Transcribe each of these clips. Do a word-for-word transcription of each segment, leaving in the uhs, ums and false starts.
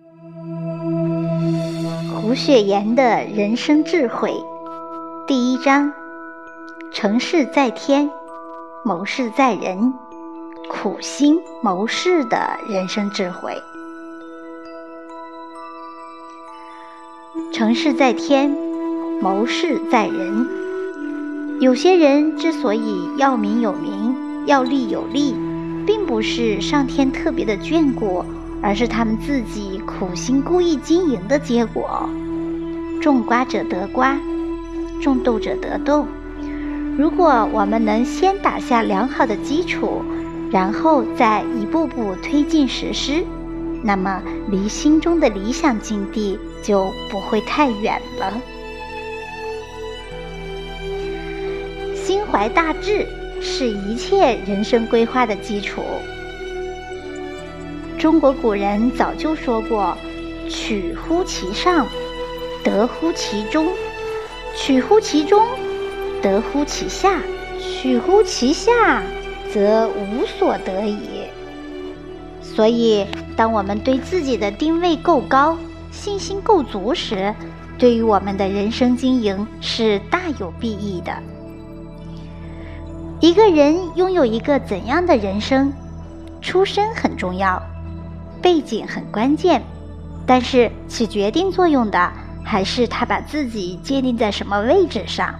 胡雪岩的人生智慧，第一章：成事在天，谋事在人，苦心谋事的人生智慧。成事在天，谋事在人。有些人之所以要名有名，要利有利，并不是上天特别的眷顾，而是他们自己苦心故意经营的结果。种瓜者得瓜，种豆者得豆。如果我们能先打下良好的基础，然后再一步步推进实施，那么离心中的理想境地就不会太远了。心怀大志是一切人生规划的基础。中国古人早就说过，取乎其上，得乎其中；取乎其中，得乎其下；取乎其下，则无所得也。所以，当我们对自己的定位够高，信心够足时，对于我们的人生经营是大有裨益的。一个人拥有一个怎样的人生，出身很重要，背景很关键，但是起决定作用的还是他把自己界定在什么位置上。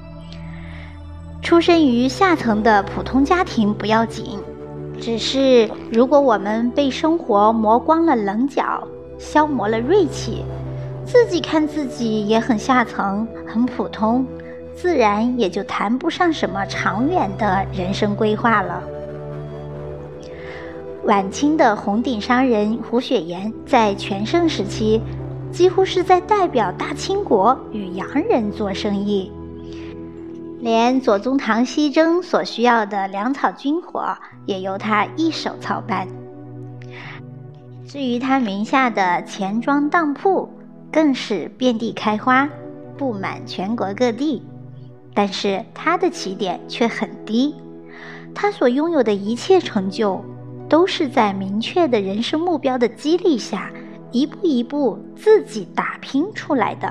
出生于下层的普通家庭不要紧，只是如果我们被生活磨光了棱角，消磨了锐气，自己看自己也很下层，很普通，自然也就谈不上什么长远的人生规划了。晚清的红顶商人胡雪岩在全盛时期，几乎是在代表大清国与洋人做生意，连左宗棠西征所需要的粮草军火也由他一手操办。至于他名下的钱庄当铺，更是遍地开花，布满全国各地。但是他的起点却很低，他所拥有的一切成就，都是在明确的人生目标的激励下，一步一步自己打拼出来的。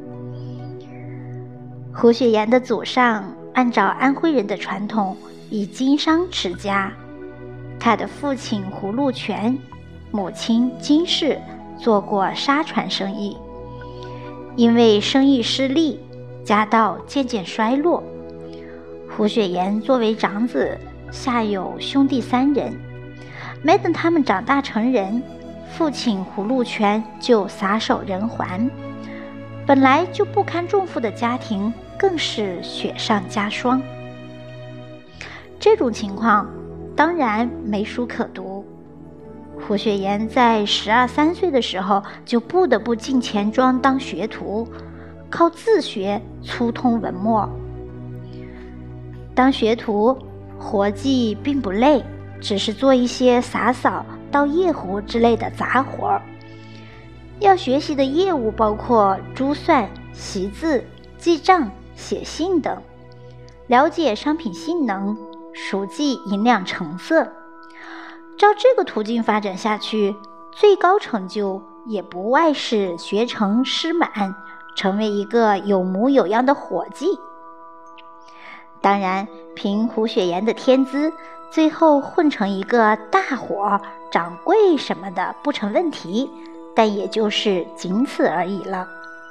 胡雪岩的祖上按照安徽人的传统，以经商持家。他的父亲胡禄全，母亲金氏做过沙船生意，因为生意失利，家道渐渐衰落。胡雪岩作为长子，下有兄弟三人，没等他们长大成人，父亲胡禄全就撒手人寰，本来就不堪重负的家庭更是雪上加霜。这种情况当然没书可读，胡雪岩在十二三岁的时候就不得不进钱庄当学徒，靠自学粗通文墨。当学徒活计并不累，只是做一些洒扫、倒夜壶之类的杂活。要学习的业务包括珠算、习字、记账、写信等，了解商品性能，熟记银两成色。照这个途径发展下去，最高成就也不外是学成师满，成为一个有模有样的伙计。当然，凭胡雪岩的天资，最后混成一个大伙、掌柜什么的不成问题，但也就是仅此而已了。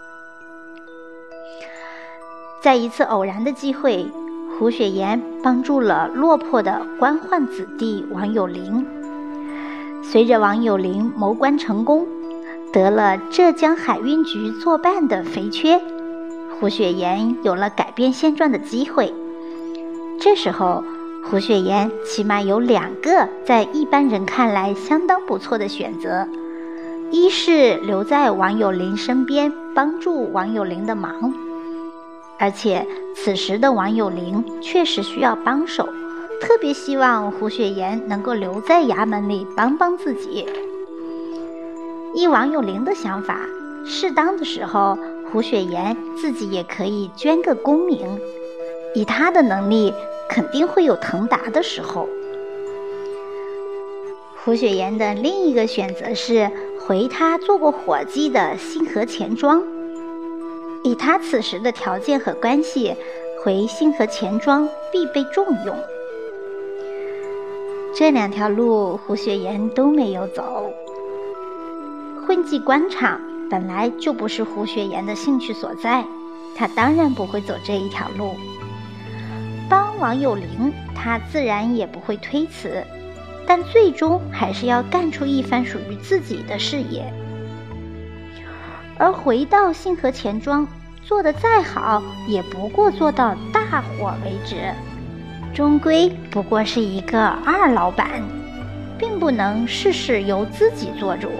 在一次偶然的机会，胡雪岩帮助了落魄的官宦子弟王有龄。随着王有龄谋官成功，得了浙江海运局作办的肥缺，胡雪岩有了改变现状的机会。这时候，胡雪岩起码有两个在一般人看来相当不错的选择：一是留在王有龄身边帮助王有龄的忙，而且此时的王有龄确实需要帮手，特别希望胡雪岩能够留在衙门里帮帮自己。依王有龄的想法，适当的时候胡雪岩自己也可以捐个功名，以他的能力肯定会有腾达的时候。胡雪岩的另一个选择是回他做过伙计的信和钱庄。以他此时的条件和关系，回信和钱庄必被重用。这两条路胡雪岩都没有走。混迹官场本来就不是胡雪岩的兴趣所在，他当然不会走这一条路。帮王有龄，他自然也不会推辞，但最终还是要干出一番属于自己的事业。而回到信和钱庄，做得再好，也不过做到大伙为止，终归不过是一个二老板，并不能事事由自己做主。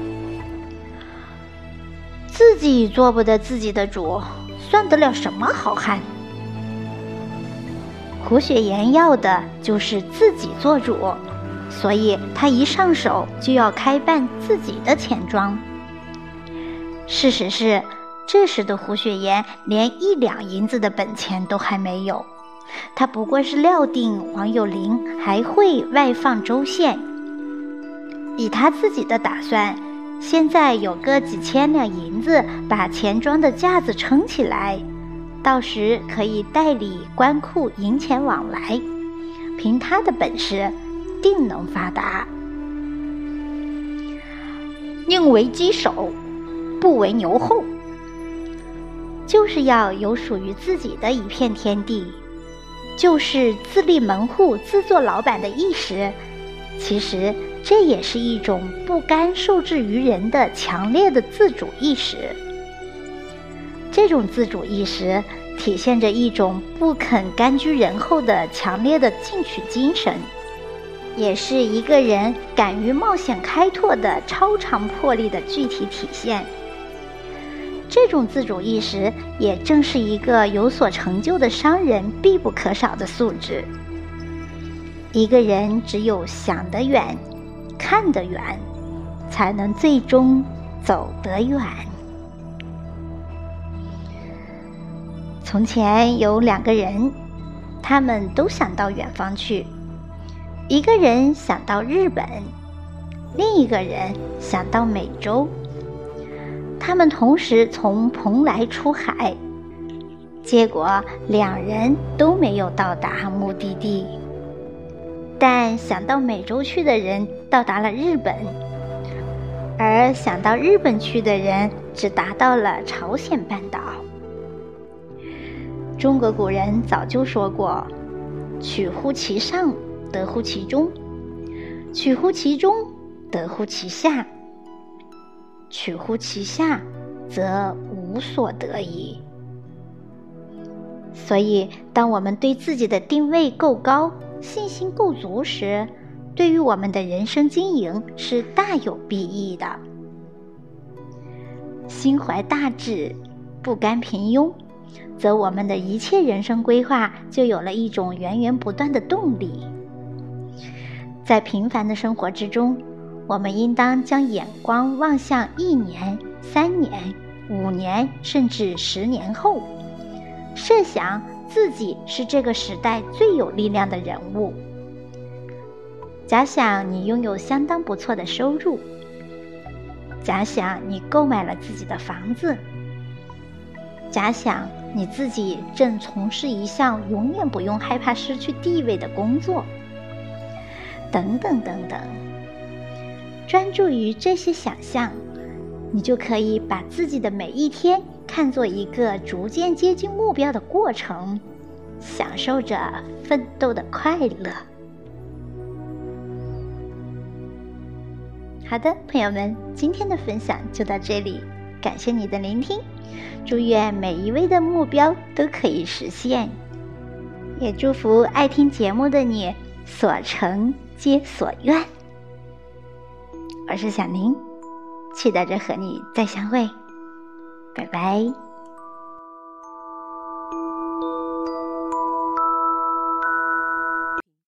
自己做不得自己的主，算得了什么好汉？胡雪岩要的就是自己做主，所以他一上手就要开办自己的钱庄。事实是，这时的胡雪岩连一两银子的本钱都还没有，他不过是料定王有龄还会外放州县。以他自己的打算，现在有个几千两银子把钱庄的架子撑起来，到时可以代理官库银钱往来，凭他的本事定能发达。宁为鸡首，不为牛后，就是要有属于自己的一片天地，就是自立门户自做老板的意识。其实这也是一种不甘受制于人的强烈的自主意识。这种自主意识体现着一种不肯甘居人后的强烈的进取精神，也是一个人敢于冒险开拓的超常魄力的具体体现。这种自主意识也正是一个有所成就的商人必不可少的素质。一个人只有想得远，看得远，才能最终走得远。从前有两个人，他们都想到远方去，一个人想到日本，另一个人想到美洲。他们同时从蓬莱出海，结果两人都没有到达目的地。但想到美洲去的人到达了日本，而想到日本去的人只达到了朝鲜半岛。中国古人早就说过，取乎其上，得乎其中；取乎其中，得乎其下；取乎其下，则无所得矣。所以当我们对自己的定位够高，信心够足时，对于我们的人生经营是大有裨益的。心怀大志，不甘平庸，则我们的一切人生规划就有了一种源源不断的动力。在平凡的生活之中，我们应当将眼光望向一年、三年、五年，甚至十年后，设想自己是这个时代最有力量的人物。假想你拥有相当不错的收入，假想你购买了自己的房子，假想你自己正从事一项永远不用害怕失去地位的工作，等等等等。专注于这些想象，你就可以把自己的每一天看作一个逐渐接近目标的过程，享受着奋斗的快乐。好的，朋友们，今天的分享就到这里，感谢你的聆听，祝愿每一位的目标都可以实现，也祝福爱听节目的你所成皆所愿。我是小宁，期待着和你再相会，拜拜。